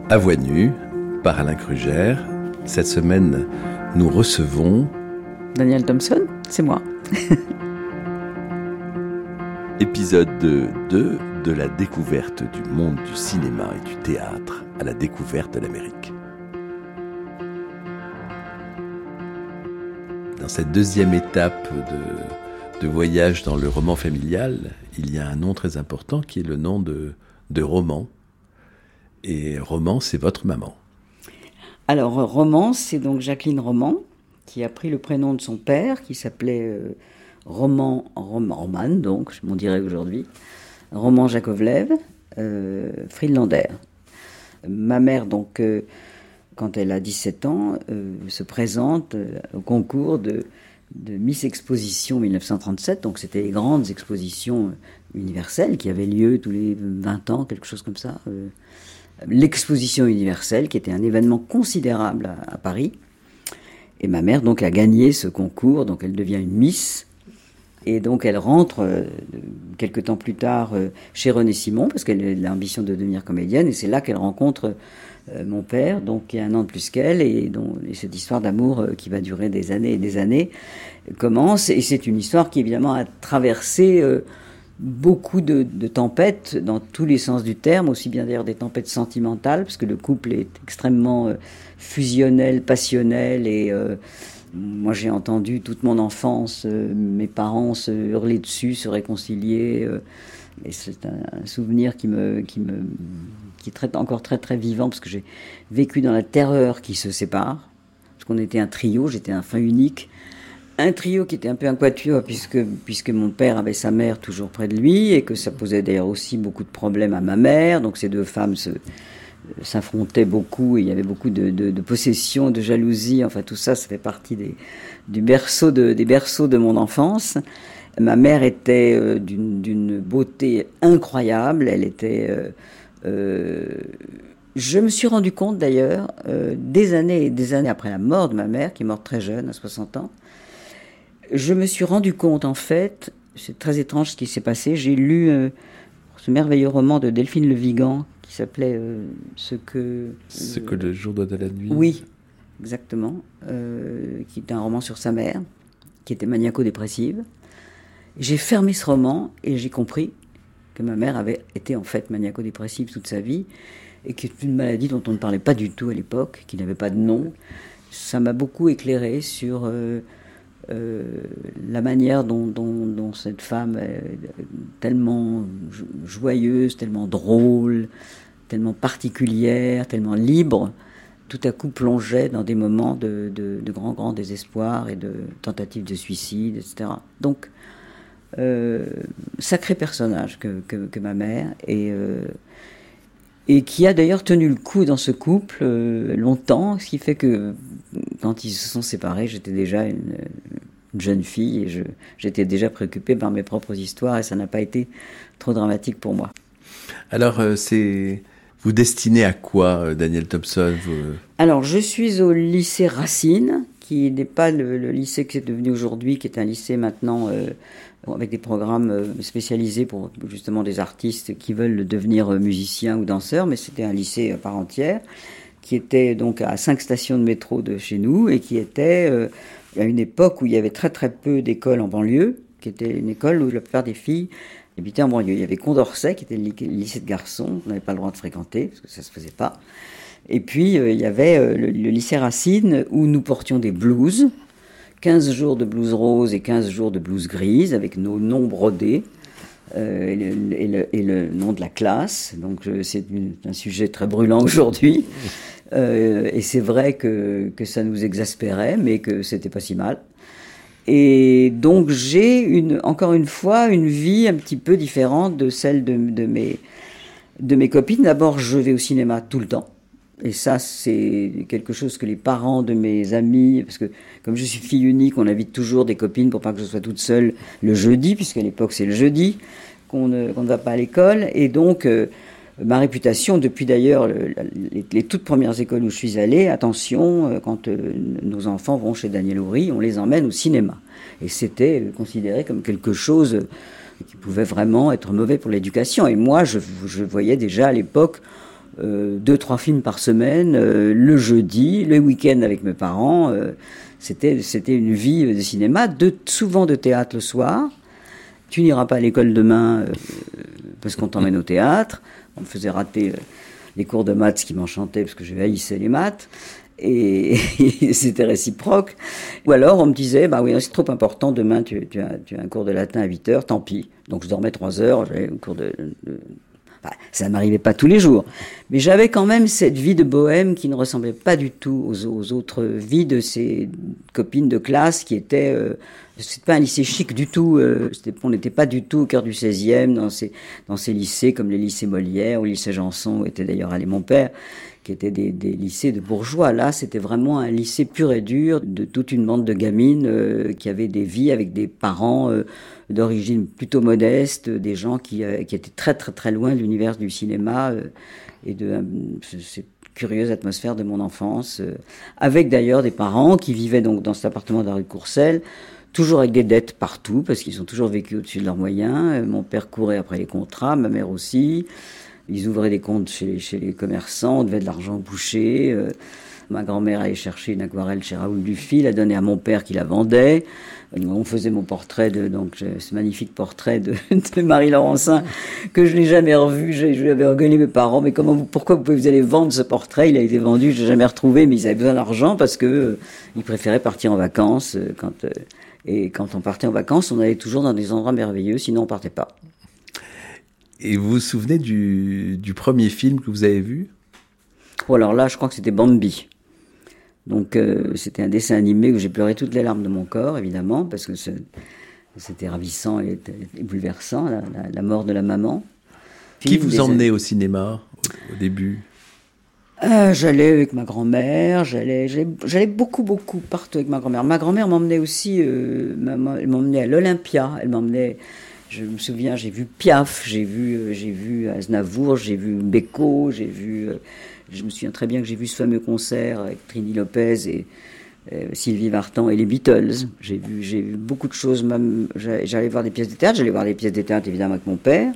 À Voix nue, par Alain Krugère. Cette semaine, nous recevons... Daniel Thompson, c'est moi. Épisode 2 de la découverte du monde du cinéma et du théâtre à la découverte de l'Amérique. Dans cette deuxième étape de voyage dans le roman familial, il y a un nom très important qui est le nom de Roman. Et Roman, c'est votre maman. Alors, Roman, c'est donc Jacqueline Roman, qui a pris le prénom de son père, qui s'appelait Roman, donc, on dirait aujourd'hui, Roman Jakovlev, Friedlander. Ma mère, donc, quand elle a 17 ans, se présente au concours de Miss Exposition 1937, donc c'était les grandes expositions universelles qui avaient lieu tous les 20 ans, quelque chose comme ça. L'exposition universelle, qui était un événement considérable à Paris. Et ma mère, donc, a gagné ce concours, donc elle devient une Miss. Et donc, elle rentre, quelques temps plus tard, chez René Simon, parce qu'elle a l'ambition de devenir comédienne, et c'est là qu'elle rencontre mon père, donc, qui a un an de plus qu'elle, et cette histoire d'amour qui va durer des années et des années commence. Et c'est une histoire qui, évidemment, a traversé... beaucoup de tempêtes dans tous les sens du terme, aussi bien d'ailleurs des tempêtes sentimentales, parce que le couple est extrêmement fusionnel, passionnel, et moi j'ai entendu toute mon enfance mes parents se hurler dessus, se réconcilier, et c'est un souvenir qui est encore très très vivant, parce que j'ai vécu dans la terreur qui se sépare, parce qu'on était un trio, j'étais un enfant unique. Un trio qui était un peu un quatuor puisque mon père avait sa mère toujours près de lui et que ça posait d'ailleurs aussi beaucoup de problèmes à ma mère. Donc ces deux femmes s'affrontaient beaucoup et il y avait beaucoup de possession, de jalousie. Enfin tout ça, ça fait partie des berceaux de mon enfance. Ma mère était d'une beauté incroyable. Elle était... je me suis rendu compte d'ailleurs, des années et des années après la mort de ma mère, qui est morte très jeune, à 60 ans, je me suis rendu compte, en fait, c'est très étrange ce qui s'est passé, j'ai lu ce merveilleux roman de Delphine Le Vigan qui s'appelait Ce que le jour doit à la nuit. Oui, exactement, qui était un roman sur sa mère, qui était maniaco-dépressive. J'ai fermé ce roman et j'ai compris que ma mère avait été en fait maniaco-dépressive toute sa vie et que c'est une maladie dont on ne parlait pas du tout à l'époque, qui n'avait pas de nom. Ça m'a beaucoup éclairé sur... la manière dont cette femme est tellement joyeuse, tellement drôle, tellement particulière, tellement libre, tout à coup plongeait dans des moments de grand désespoir et de tentatives de suicide, etc. Donc, sacré personnage que ma mère, et qui a d'ailleurs tenu le coup dans ce couple longtemps, ce qui fait que quand ils se sont séparés, j'étais déjà une jeune fille et j'étais déjà préoccupée par mes propres histoires et ça n'a pas été trop dramatique pour moi. Alors, vous destinez à quoi, Daniel Thompson Alors, je suis au lycée Racine, qui n'est pas le lycée que c'est devenu aujourd'hui, qui est un lycée maintenant... avec des programmes spécialisés pour justement des artistes qui veulent devenir musiciens ou danseurs, mais c'était un lycée à part entière, qui était donc à 5 stations de métro de chez nous, et qui était à une époque où il y avait très très peu d'écoles en banlieue, qui était une école où la plupart des filles habitaient en banlieue. Il y avait Condorcet, qui était le lycée de garçons, on n'avait pas le droit de fréquenter, parce que ça ne se faisait pas. Et puis il y avait le lycée Racine, où nous portions des blouses, 15 jours de blouse rose et 15 jours de blouse grise, avec nos noms brodés, et le nom de la classe. Donc c'est un sujet très brûlant aujourd'hui. Et c'est vrai que ça nous exaspérait, mais que c'était pas si mal. Et donc j'ai encore une fois une vie un petit peu différente de celle de mes copines. D'abord, je vais au cinéma tout le temps. Et ça, c'est quelque chose que les parents de mes amis, parce que comme je suis fille unique, on invite toujours des copines pour pas que je sois toute seule le jeudi, puisqu'à l'époque c'est le jeudi qu'on ne va pas à l'école. Et donc, ma réputation, depuis d'ailleurs les toutes premières écoles où je suis allée, attention, quand nos enfants vont chez Daniel Houry, on les emmène au cinéma. Et c'était considéré comme quelque chose qui pouvait vraiment être mauvais pour l'éducation. Et moi, je voyais déjà à l'époque 2-3 films par semaine, le jeudi, le week-end avec mes parents. C'était une vie de cinéma, souvent de théâtre le soir. Tu n'iras pas à l'école demain parce qu'on t'emmène au théâtre. On me faisait rater les cours de maths, ce qui m'enchantait parce que je haïssais les maths. Et c'était réciproque. Ou alors on me disait, bah oui, c'est trop important, demain tu as un cours de latin à 8h, tant pis. Donc je dormais 3 heures, j'avais un cours Enfin, ça ne m'arrivait pas tous les jours. Mais j'avais quand même cette vie de bohème qui ne ressemblait pas du tout aux autres vies de ces copines de classe qui étaient... c'était pas un lycée chic du tout. On n'était pas du tout au cœur du 16e dans ces lycées comme les lycées Molière ou le lycée Janson où était d'ailleurs allé mon père, qui étaient des lycées de bourgeois. Là, c'était vraiment un lycée pur et dur de toute une bande de gamines qui avaient des vies avec des parents d'origine plutôt modeste, des gens qui étaient très très très loin de l'univers du cinéma et de cette curieuse atmosphère de mon enfance, avec d'ailleurs des parents qui vivaient donc dans cet appartement de la rue de Courcelles, toujours avec des dettes partout, parce qu'ils ont toujours vécu au-dessus de leurs moyens. Mon père courait après les contrats, ma mère aussi. Ils ouvraient des comptes chez les commerçants, on devait de l'argent au boucher. Ma grand-mère allait chercher une aquarelle chez Raoul Dufy, la donnait à mon père qui la vendait. On faisait mon portrait, ce magnifique portrait de Marie Laurencin, que je n'ai jamais revu. Je lui avais engueulé mes parents, mais pourquoi vous allez vendre ce portrait? Il a été vendu, je l'ai jamais retrouvé, mais ils avaient besoin d'argent parce que ils préféraient partir en vacances. Et quand on partait en vacances, on allait toujours dans des endroits merveilleux, sinon on partait pas. Et vous vous souvenez du premier film que vous avez vu? Oh, alors là, je crois que c'était Bambi. Donc c'était un dessin animé où j'ai pleuré toutes les larmes de mon corps, évidemment, parce que c'était ravissant et bouleversant, la mort de la maman. Qui vous emmenait au cinéma au début? J'allais avec ma grand-mère, j'allais beaucoup partout avec ma grand-mère. Ma grand-mère m'emmenait aussi, elle m'emmenait à l'Olympia, je me souviens, j'ai vu Piaf, j'ai vu Aznavour, j'ai vu Beko, je me souviens très bien que j'ai vu ce fameux concert avec Trini Lopez et Sylvie Vartan et les Beatles. J'ai vu beaucoup de choses, même j'allais voir des pièces de théâtre, évidemment avec mon père.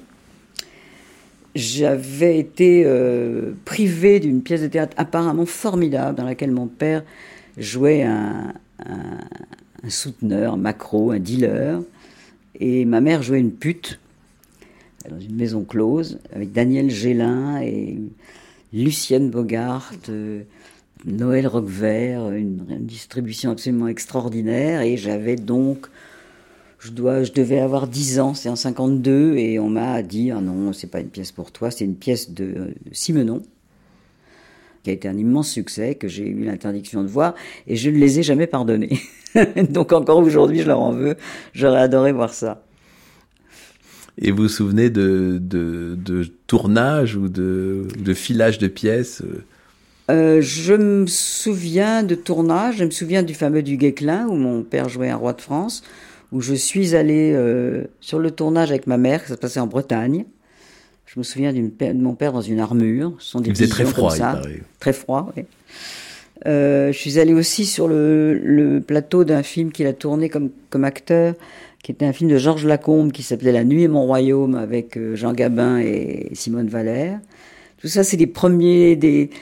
J'avais été privé d'une pièce de théâtre apparemment formidable dans laquelle mon père jouait un souteneur, un macro, un dealer, et ma mère jouait une pute dans une maison close avec Daniel Gélin et Lucienne Bogart, Noël Roquevert, une distribution absolument extraordinaire. Et j'avais donc, je devais avoir 10 ans, c'est en 52, et on m'a dit, ah non, c'est pas une pièce pour toi, c'est une pièce de Simenon, qui a été un immense succès, que j'ai eu l'interdiction de voir, et je ne les ai jamais pardonnés. Donc encore aujourd'hui, je leur en veux, j'aurais adoré voir ça. Et vous vous souvenez de tournage ou de filage de pièces? Je me souviens de tournage, je me souviens du fameux du Guesclin, où mon père jouait un roi de France, où je suis allée sur le tournage avec ma mère, ça se passait en Bretagne. Je me souviens de mon père dans une armure. Il faisait très froid, il paraît. Très froid, oui. Je suis allée aussi sur le plateau d'un film qu'il a tourné comme acteur, qui était un film de Georges Lacombe qui s'appelait La Nuit et mon royaume, avec Jean Gabin et Simone Valère. Tout ça, c'est des premiers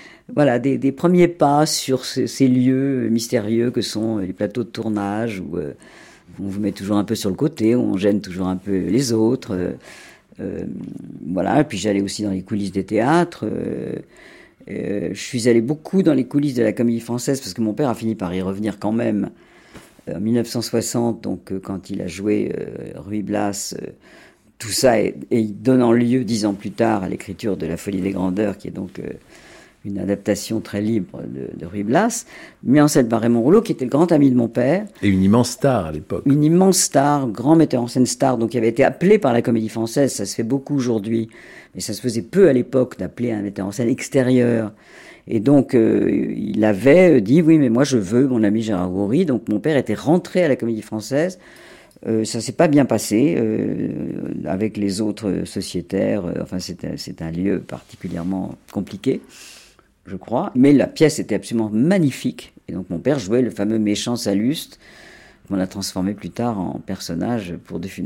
pas sur ces lieux mystérieux que sont les plateaux de tournage, où on vous met toujours un peu sur le côté, où on gêne toujours un peu les autres. Voilà. Puis j'allais aussi dans les coulisses des théâtres. Je suis allé beaucoup dans les coulisses de la Comédie Française parce que mon père a fini par y revenir quand même en 1960, donc quand il a joué Ruy Blas, tout ça et donnant lieu 10 ans plus tard à l'écriture de La Folie des Grandeurs, qui est donc une adaptation très libre de Ruy Blas, mis en scène par Raymond Rouleau, qui était le grand ami de mon père. Et une immense star à l'époque. Une immense star, grand metteur en scène star, donc qui avait été appelé par la Comédie Française. Ça se fait beaucoup aujourd'hui, mais ça se faisait peu à l'époque d'appeler un metteur en scène extérieur. Et donc, il avait dit, oui, mais moi je veux mon ami Gérard Houry. Donc mon père était rentré à la Comédie Française. Ça s'est pas bien passé avec les autres sociétaires. Enfin, c'est un lieu particulièrement compliqué, je crois. Mais la pièce était absolument magnifique. Et donc mon père jouait le fameux méchant Salluste, qu'on a transformé plus tard en personnage pour De Funès.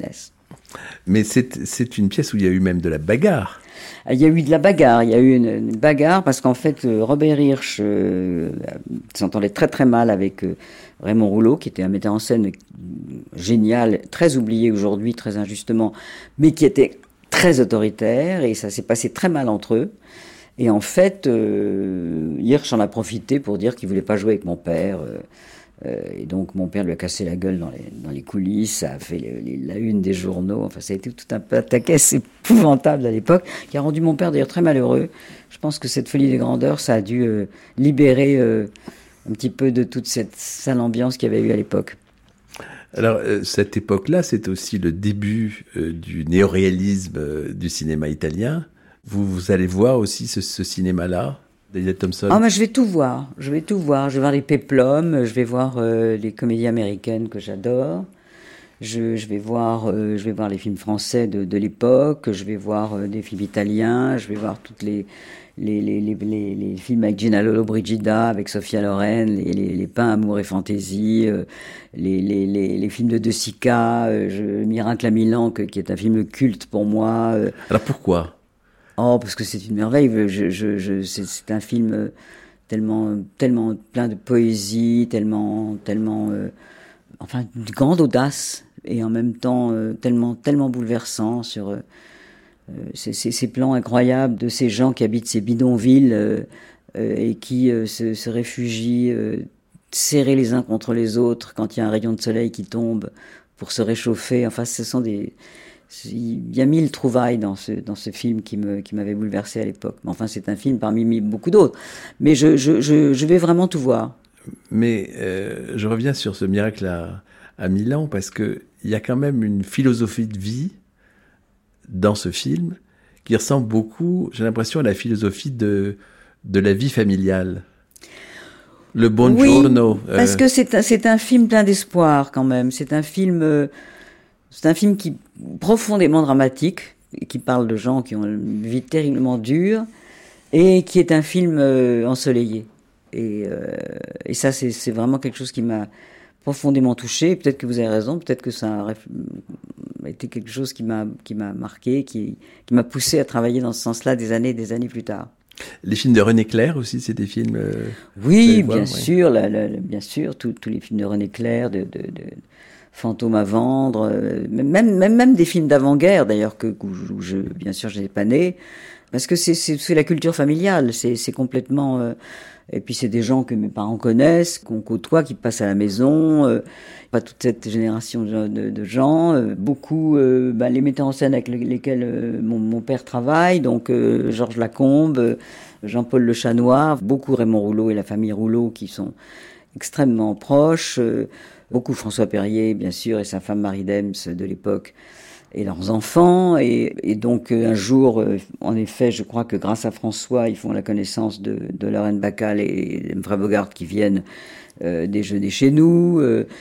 Mais c'est une pièce où il y a eu même de la bagarre. Il y a eu de la bagarre, il y a eu une bagarre parce qu'en fait Robert Hirsch s'entendait très très mal avec Raymond Rouleau, qui était un metteur en scène génial, très oublié aujourd'hui, très injustement, mais qui était très autoritaire, et ça s'est passé très mal entre eux. Et en fait, Hirsch en a profité pour dire qu'il voulait pas jouer avec mon père. Et donc mon père lui a cassé la gueule dans les coulisses, ça a fait la une des journaux, enfin ça a été tout un pataquès épouvantable à l'époque, qui a rendu mon père d'ailleurs très malheureux. Je pense que cette folie des grandeurs, ça a dû libérer un petit peu de toute cette sale ambiance qu'il y avait eu à l'époque. Alors, cette époque-là, c'est aussi le début du néoréalisme du cinéma italien. Vous allez voir aussi ce cinéma-là, David Thompson? Ah, mais je vais tout voir. Je vais voir les péplums, je vais voir les comédies américaines que j'adore. Je vais voir les films français de l'époque. Je vais voir des films italiens. Je vais voir toutes les films avec Gina Lollobrigida, avec Sophia Loren, les Pains, Amour et Fantaisie, les films de Sica, Miracle à Milan, qui est un film culte pour moi. Alors pourquoi? Oh, parce que c'est une merveille. C'est un film tellement plein de poésie, tellement, enfin, de grande audace, et en même temps tellement bouleversant sur ces plans incroyables de ces gens qui habitent ces bidonvilles et qui se réfugient serrés les uns contre les autres quand il y a un rayon de soleil qui tombe pour se réchauffer. Enfin, il y a 1000 trouvailles dans ce film qui m'avait bouleversé à l'époque. Enfin, c'est un film parmi beaucoup d'autres. Mais je vais vraiment tout voir. Mais je reviens sur ce miracle à Milan, parce qu'il y a quand même une philosophie de vie dans ce film qui ressemble beaucoup, j'ai l'impression, à la philosophie de la vie familiale. Le Buongiorno. Oui, parce que c'est un film plein d'espoir quand même. C'est un film qui est profondément dramatique, qui parle de gens qui ont une vie terriblement dure, et qui est un film ensoleillé. Et ça, c'est vraiment quelque chose qui m'a profondément touché. Peut-être que vous avez raison, peut-être que ça a été quelque chose qui m'a marqué, qui m'a poussé à travailler dans ce sens-là des années plus tard. Les films de René Clair aussi, c'est des films... oui, bien sûr, bien sûr, tous les films de René Clair, de Fantômes à vendre, même des films d'avant-guerre d'ailleurs où bien sûr je n'ai pas né, parce que c'est la culture familiale, c'est complètement et puis c'est des gens que mes parents connaissent, qu'on côtoie, qui passent à la maison, pas toute cette génération de gens, beaucoup les metteurs en scène avec lesquels mon père travaille, donc Georges Lacombe, Jean-Paul Le Chanois, beaucoup Raymond Rouleau et la famille Rouleau qui sont extrêmement proches. Beaucoup François Perrier, bien sûr, et sa femme Marie Dems de l'époque, et leurs enfants. Et donc, un jour, en effet, je crois que grâce à François, ils font la connaissance de Lorraine Bacall et Humphrey Bogart qui viennent déjeuner chez nous.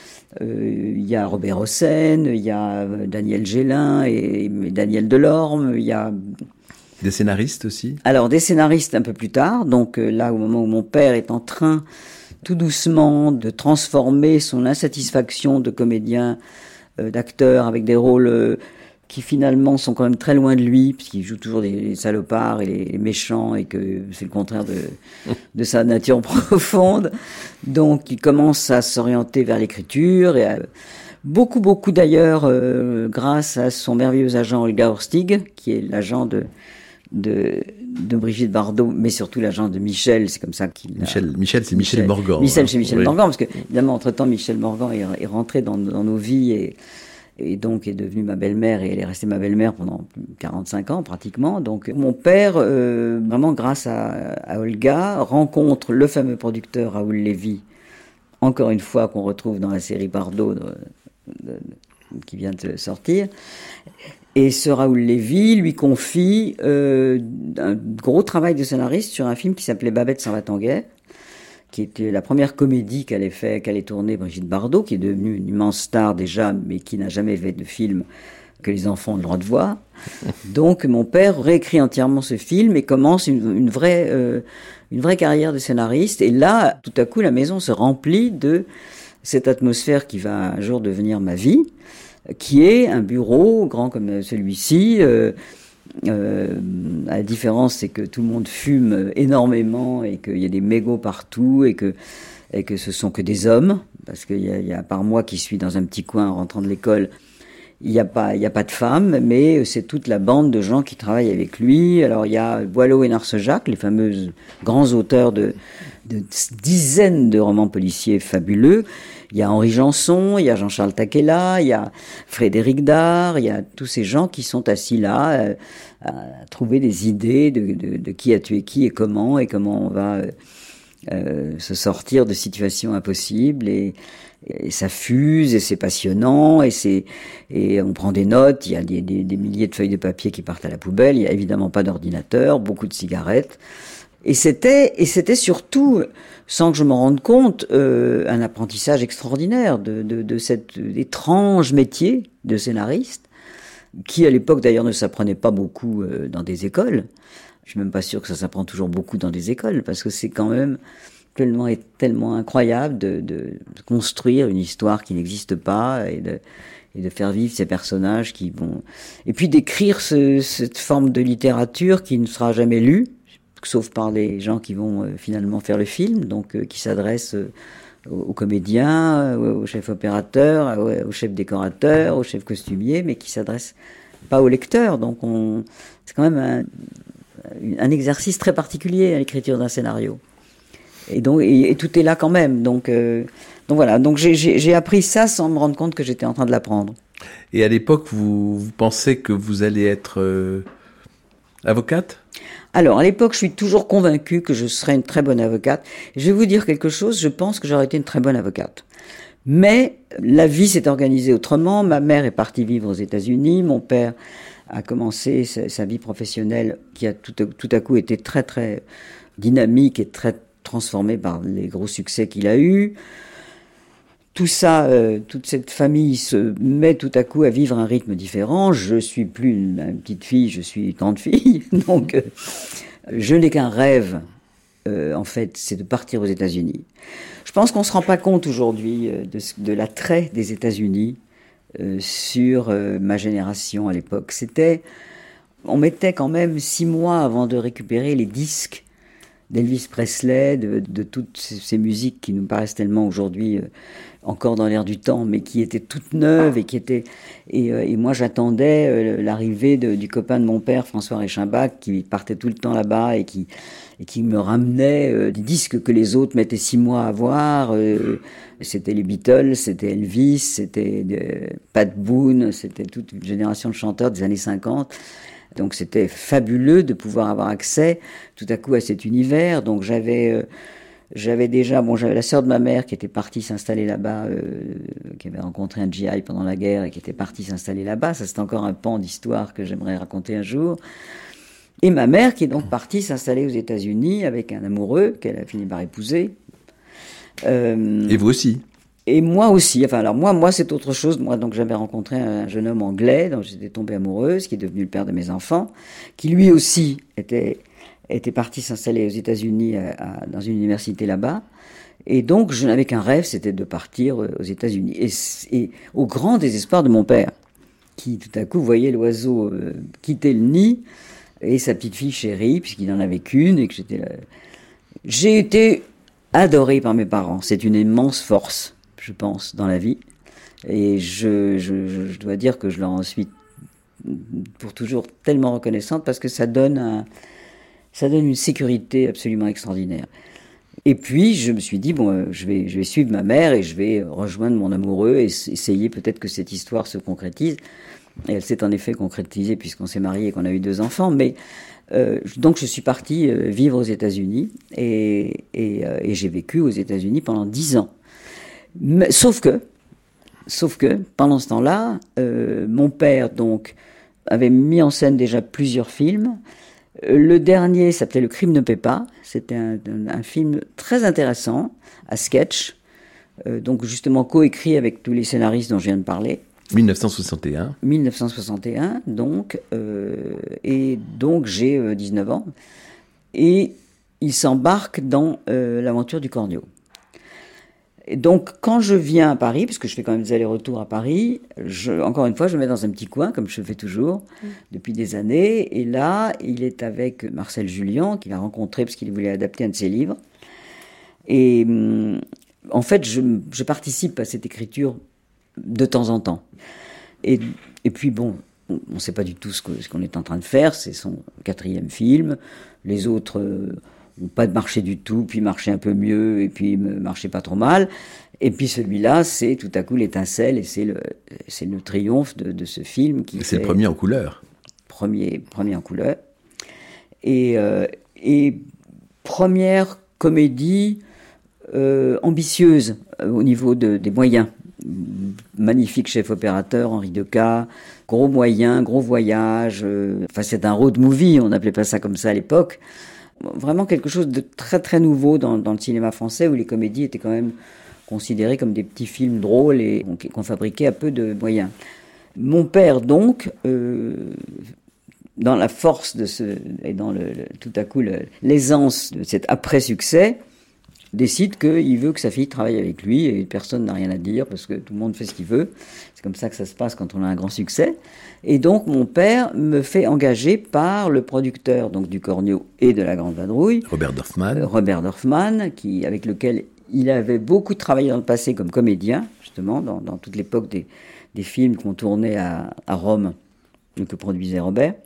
Il y a Robert Hossein, il y a Daniel Gélin et Daniel Delorme, il y a... Des scénaristes aussi? Alors, des scénaristes un peu plus tard. Donc là, au moment où mon père est en train... tout doucement, de transformer son insatisfaction de comédien, d'acteur, avec des rôles qui finalement sont quand même très loin de lui, puisqu'il joue toujours les salopards et les méchants, et que c'est le contraire de sa nature profonde. Donc il commence à s'orienter vers l'écriture, et beaucoup d'ailleurs, grâce à son merveilleux agent Olga Horstig, qui est l'agent de Brigitte Bardot, mais surtout l'agent de Michel, c'est comme ça qu'il Michel, c'est Michel Morgan. Michel, c'est Michel Morgan, parce que, évidemment, entre-temps, Michel Morgan est rentré dans nos vies et donc est devenue ma belle-mère, et elle est restée ma belle-mère pendant 45 ans, pratiquement. Donc, mon père, vraiment grâce à Olga, rencontre le fameux producteur Raoul Lévy, encore une fois, qu'on retrouve dans la série Bardot, qui vient de sortir. Et ce Raoul Lévy lui confie un gros travail de scénariste sur un film qui s'appelait Babette s'en va en guerre, qui était la première comédie qu'allait tourner Brigitte Bardot, qui est devenue une immense star déjà, mais qui n'a jamais fait de film que les enfants ont le droit de voir. Donc mon père réécrit entièrement ce film et commence une vraie carrière de scénariste. Et là, tout à coup, la maison se remplit de cette atmosphère qui va un jour devenir ma vie. qui est un bureau grand comme celui-ci. La différence, c'est que tout le monde fume énormément et qu'il y a des mégots partout et que ce sont que des hommes, parce qu'il y a à part moi qui suis dans un petit coin en rentrant de l'école, il n'y a pas de femmes, mais c'est toute la bande de gens qui travaillent avec lui. Alors il y a Boileau et Narcejac, les fameux grands auteurs de dizaines de romans policiers fabuleux. Il y a Henri Janson, il y a Jean-Charles Takela, il y a Frédéric Dard, il y a tous ces gens qui sont assis là à trouver des idées de qui a tué qui et comment on va se sortir de situations impossibles et ça fuse et c'est passionnant et on prend des notes. Il y a des milliers de feuilles de papier qui partent à la poubelle. Il y a évidemment pas d'ordinateur, beaucoup de cigarettes. Et c'était surtout, sans que je m'en rende compte, un apprentissage extraordinaire de cet étrange métier de scénariste, qui à l'époque d'ailleurs ne s'apprenait pas beaucoup dans des écoles. Je suis même pas sûr que ça s'apprend toujours beaucoup dans des écoles, parce que c'est quand même tellement incroyable de construire une histoire qui n'existe pas et de faire vivre ces personnages qui vont... Et puis d'écrire cette forme de littérature qui ne sera jamais lue, sauf par les gens qui vont finalement faire le film, donc qui s'adressent aux comédiens, aux chefs opérateurs, aux chefs décorateurs, aux chefs costumiers, mais qui s'adressent pas aux lecteurs. Donc c'est quand même un exercice très particulier à l'écriture d'un scénario. Et donc et tout est là quand même. Donc voilà. Donc j'ai appris ça sans me rendre compte que j'étais en train de l'apprendre. Et à l'époque, vous pensez que vous allez être avocate ? Alors, à l'époque, je suis toujours convaincue que je serais une très bonne avocate. Je vais vous dire quelque chose, je pense que j'aurais été une très bonne avocate. Mais la vie s'est organisée autrement. Ma mère est partie vivre aux États-Unis. Mon père a commencé sa vie professionnelle qui a tout à coup été très, très dynamique et très transformée par les gros succès qu'il a eus. Tout ça, toute cette famille se met tout à coup à vivre un rythme différent. Je suis plus une petite fille, je suis grande fille. Donc, je n'ai qu'un rêve, en fait, c'est de partir aux États-Unis. Je pense qu'on se rend pas compte aujourd'hui de l'attrait des États-Unis sur ma génération à l'époque. On mettait quand même 6 mois avant de récupérer les disques d'Elvis Presley, de toutes ces musiques qui nous paraissent tellement aujourd'hui encore dans l'air du temps, mais qui étaient toutes neuves et moi j'attendais l'arrivée du copain de mon père, François Reichenbach, qui partait tout le temps là-bas et qui me ramenait des disques que les autres mettaient 6 mois à voir. C'était les Beatles, c'était Elvis, c'était Pat Boone, c'était toute une génération de chanteurs des années 50. Donc c'était fabuleux de pouvoir avoir accès tout à coup à cet univers. Donc j'avais la sœur de ma mère qui était partie s'installer là-bas, qui avait rencontré un GI pendant la guerre et qui était partie s'installer là-bas. Ça, c'est encore un pan d'histoire que j'aimerais raconter un jour. Et ma mère qui est donc partie s'installer aux États-Unis avec un amoureux qu'elle a fini par épouser. Et vous aussi ? Et moi aussi. Enfin, alors moi, c'est autre chose. Moi, donc, j'avais rencontré un jeune homme anglais dont j'étais tombée amoureuse, qui est devenu le père de mes enfants, qui lui aussi était parti s'installer aux États-Unis dans une université là-bas. Et donc, je n'avais qu'un rêve, c'était de partir aux États-Unis. Et au grand désespoir de mon père, qui tout à coup voyait l'oiseau quitter le nid et sa petite fille chérie, puisqu'il n'en avait qu'une, et que j'étais là. J'ai été adoré par mes parents. C'est une immense force, je pense, dans la vie. Et je dois dire que je leur en suis pour toujours tellement reconnaissante, parce que ça donne une sécurité absolument extraordinaire. Et puis, je me suis dit, bon, je vais suivre ma mère et je vais rejoindre mon amoureux et essayer peut-être que cette histoire se concrétise. Et elle s'est en effet concrétisée puisqu'on s'est mariés et qu'on a eu 2 enfants. Mais donc, je suis partie vivre aux États-Unis et j'ai vécu aux États-Unis pendant 10 ans. Mais, sauf que, pendant ce temps-là, mon père, donc, avait mis en scène déjà plusieurs films. Le dernier s'appelait Le crime ne paie pas. C'était un film très intéressant, à sketch, donc justement coécrit avec tous les scénaristes dont je viens de parler. 1961. 1961, donc, et donc j'ai 19 ans. Et il s'embarque dans l'aventure du Cornio. Et donc, quand je viens à Paris, puisque je fais quand même des allers-retours à Paris, encore une fois, je me mets dans un petit coin, comme je fais toujours, depuis des années. Et là, il est avec Marcel Julien, qu'il a rencontré parce qu'il voulait adapter un de ses livres. Et en fait, je participe à cette écriture de temps en temps. Et puis, bon, on ne sait pas du tout ce qu'on est en train de faire. C'est son 4e film. Les autres... n'ont pas marché du tout, puis marché un peu mieux, et puis marchait pas trop mal. Et puis celui-là, c'est tout à coup l'étincelle, et c'est le triomphe de ce film. C'est le premier en couleur. Premier en couleur. Et première comédie ambitieuse au niveau des moyens. Magnifique chef opérateur, Henri Decaux, gros moyens, gros voyage. C'est un road movie, on n'appelait pas ça comme ça à l'époque. Vraiment quelque chose de très très nouveau dans le cinéma français, où les comédies étaient quand même considérées comme des petits films drôles et qu'on fabriquait à peu de moyens. Mon père donc, dans la force et dans tout à coup l'aisance de cet après-succès, décide qu'il veut que sa fille travaille avec lui, et personne n'a rien à dire parce que tout le monde fait ce qu'il veut. C'est comme ça que ça se passe quand on a un grand succès. Et donc mon père me fait engager par le producteur donc du Cornio et de La Grande Vadrouille, Robert Dorfman, avec lequel il avait beaucoup travaillé dans le passé comme comédien, justement, dans toute l'époque des films qu'on tournait à Rome, que produisait Robert.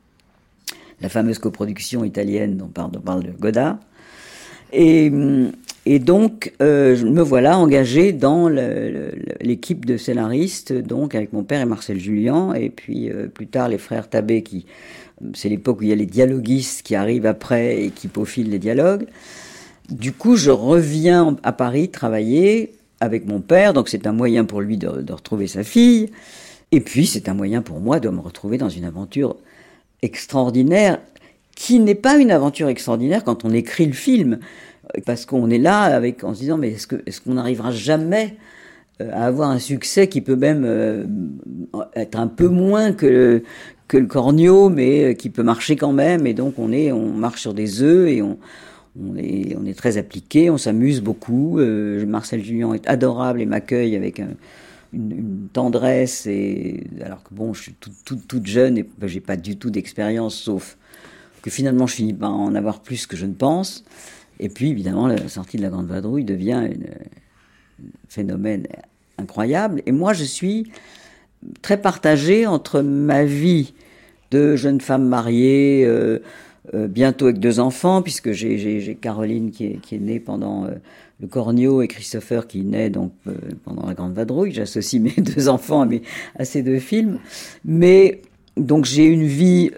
La fameuse coproduction italienne dont parle Godard. Et donc, me voilà engagé dans l'équipe de scénaristes, donc avec mon père et Marcel Julien, et puis plus tard les frères Tabé, c'est l'époque où il y a les dialoguistes qui arrivent après et qui peaufinent les dialogues. Du coup, je reviens à Paris travailler avec mon père, donc c'est un moyen pour lui de retrouver sa fille, et puis c'est un moyen pour moi de me retrouver dans une aventure extraordinaire, qui n'est pas une aventure extraordinaire quand on écrit le film, parce qu'on est là en se disant mais est-ce qu'on n'arrivera jamais à avoir un succès qui peut même être un peu moins que le Cornio, mais qui peut marcher quand même, et donc on marche sur des œufs et on est très appliqué, on s'amuse beaucoup. Marcel Julien est adorable et m'accueille avec une tendresse, alors que bon, je suis toute jeune et j'ai pas du tout d'expérience, sauf que finalement je finis par en avoir plus que je ne pense. Et puis évidemment la sortie de La Grande Vadrouille devient un phénomène incroyable, et moi je suis très partagée entre ma vie de jeune femme mariée, bientôt avec 2 enfants, puisque j'ai Caroline qui est née pendant le Cornio, et Christopher qui naît donc pendant La Grande Vadrouille. J'associe mes 2 enfants à ces 2 films. Mais donc j'ai une vie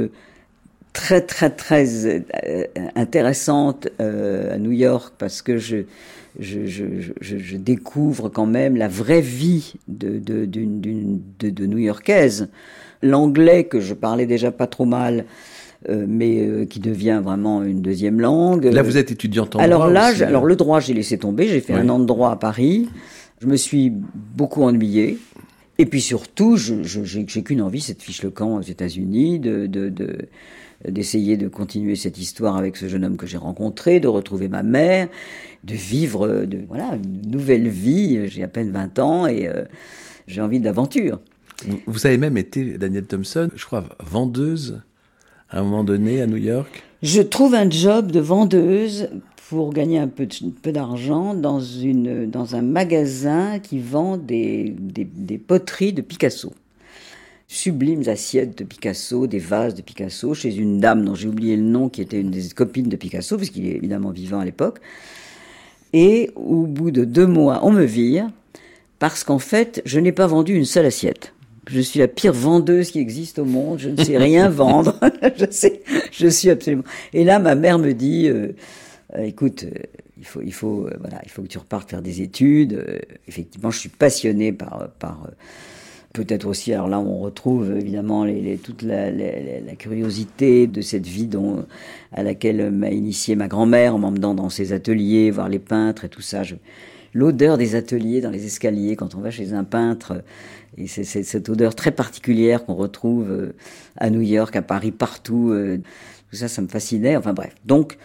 très très très intéressante à New York, parce que je découvre quand même la vraie vie de New-Yorkaise. L'anglais, que je parlais déjà pas trop mal, mais qui devient vraiment une deuxième langue. Là, vous êtes étudiante en droit aussi. Alors le droit, j'ai laissé tomber. J'ai fait 1 an de droit à Paris. Je me suis beaucoup ennuyée. Et puis surtout, j'ai qu'une envie, c'est de fiche le camp aux États-Unis, d'essayer de continuer cette histoire avec ce jeune homme que j'ai rencontré, de retrouver ma mère, de vivre une nouvelle vie. J'ai à peine 20 ans et j'ai envie d'aventure. Vous avez même été, Danielle Thompson, je crois, vendeuse à un moment donné à New York. Je trouve un job de vendeuse pour gagner un peu d'argent dans un magasin qui vend des poteries de Picasso. Sublimes assiettes de Picasso, des vases de Picasso, chez une dame dont j'ai oublié le nom, qui était une des copines de Picasso, parce qu'il est évidemment vivant à l'époque. Et au bout de 2 mois, on me vire, parce qu'en fait, je n'ai pas vendu une seule assiette. Je suis la pire vendeuse qui existe au monde, je ne sais rien vendre, je suis absolument... Et là, ma mère me dit, écoute, il faut que tu repartes faire des études. Effectivement, je suis passionné par peut-être aussi, alors là, on retrouve évidemment toute la curiosité de cette vie à laquelle m'a initié ma grand-mère en m'emmenant dans ses ateliers, voir les peintres et tout ça. L'odeur des ateliers dans les escaliers, quand on va chez un peintre, et c'est cette odeur très particulière qu'on retrouve à New York, à Paris, partout. Tout ça, ça me fascinait. Enfin bref. Donc,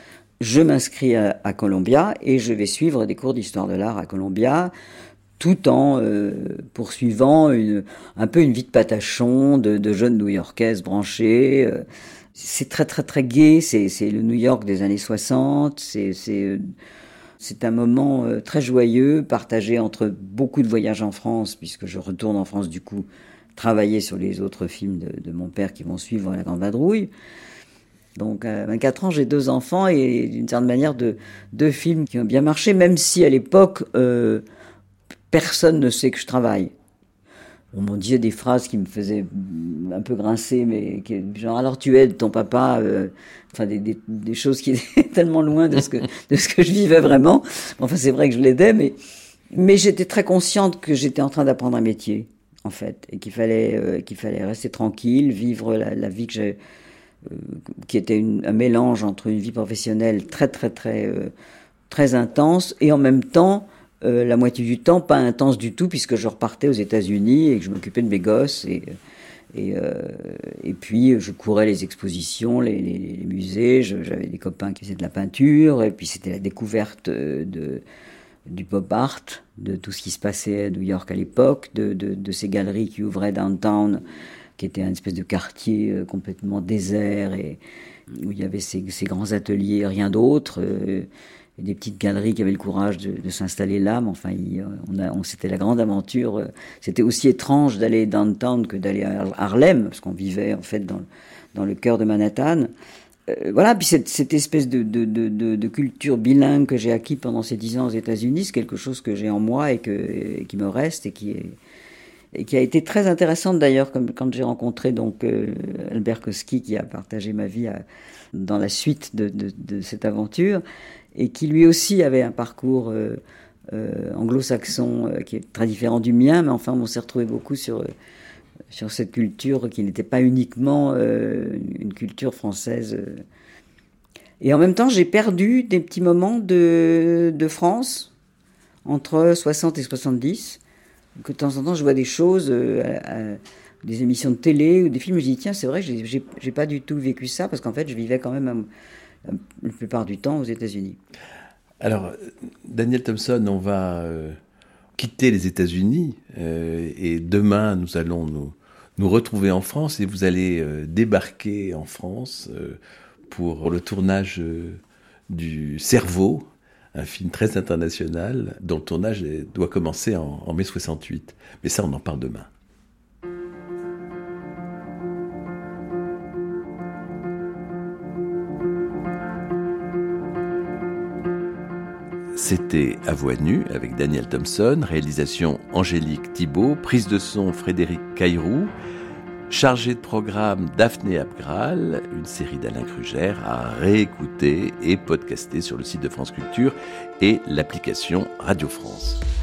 je m'inscris à Columbia et je vais suivre des cours d'histoire de l'art à Columbia, tout en poursuivant un peu une vie de patachon, de jeune New-Yorkaise branchée. C'est très très très gai, c'est le New York des années 60, c'est un moment très joyeux, partagé entre beaucoup de voyages en France, puisque je retourne en France du coup travailler sur les autres films de mon père qui vont suivre La Grande Vadrouille. Donc à 24 ans, j'ai 2 enfants et d'une certaine manière deux films qui ont bien marché, même si à l'époque, personne ne sait que je travaille. On m'en disait des phrases qui me faisaient un peu grincer, mais genre alors tu aides ton papa, enfin des choses qui étaient tellement loin de ce que je vivais vraiment. Enfin c'est vrai que je l'aidais, mais j'étais très consciente que j'étais en train d'apprendre un métier en fait, et qu'il fallait rester tranquille, vivre la vie que j'ai, qui était un mélange entre une vie professionnelle très très très très intense et en même temps la moitié du temps pas intense du tout, puisque je repartais aux États-Unis et que je m'occupais de mes gosses et puis je courais les expositions, les musées. J'avais des copains qui faisaient de la peinture et puis c'était la découverte du pop art, de tout ce qui se passait à New York à l'époque, de ces galeries qui ouvraient downtown, qui était un espèce de quartier complètement désert et où il y avait ces grands ateliers, rien d'autre, et des petites galeries qui avaient le courage de s'installer là. Mais enfin, c'était la grande aventure. C'était aussi étrange d'aller downtown que d'aller à Harlem, parce qu'on vivait en fait dans le cœur de Manhattan. Voilà, puis cette espèce de culture bilingue que j'ai acquis pendant ces 10 ans aux États-Unis, c'est quelque chose que j'ai en moi et qui me reste et qui a été très intéressante d'ailleurs, comme quand j'ai rencontré donc Albert Kosky, qui a partagé ma vie dans la suite de cette aventure, et qui lui aussi avait un parcours anglo-saxon qui est très différent du mien, mais enfin on s'est retrouvé beaucoup sur cette culture qui n'était pas uniquement une culture française. Et en même temps, j'ai perdu des petits moments de France entre 60 et 70, que de temps en temps je vois des choses, des émissions de télé ou des films, je dis tiens, c'est vrai que j'ai pas du tout vécu ça, parce qu'en fait je vivais quand même la plupart du temps aux États-Unis. Alors, Daniel Thompson, on va quitter les États-Unis et demain nous allons nous retrouver en France et vous allez débarquer en France pour le tournage du Cerveau, un film très international dont le tournage doit commencer en mai 68. Mais ça, on en parle demain. C'était À Voix nue avec Daniel Thompson, réalisation Angélique Thibault, prise de son Frédéric Cailroux, chargé de programme Daphné Abgral, une série d'Alain Kruger à réécouter et podcaster sur le site de France Culture et l'application Radio France.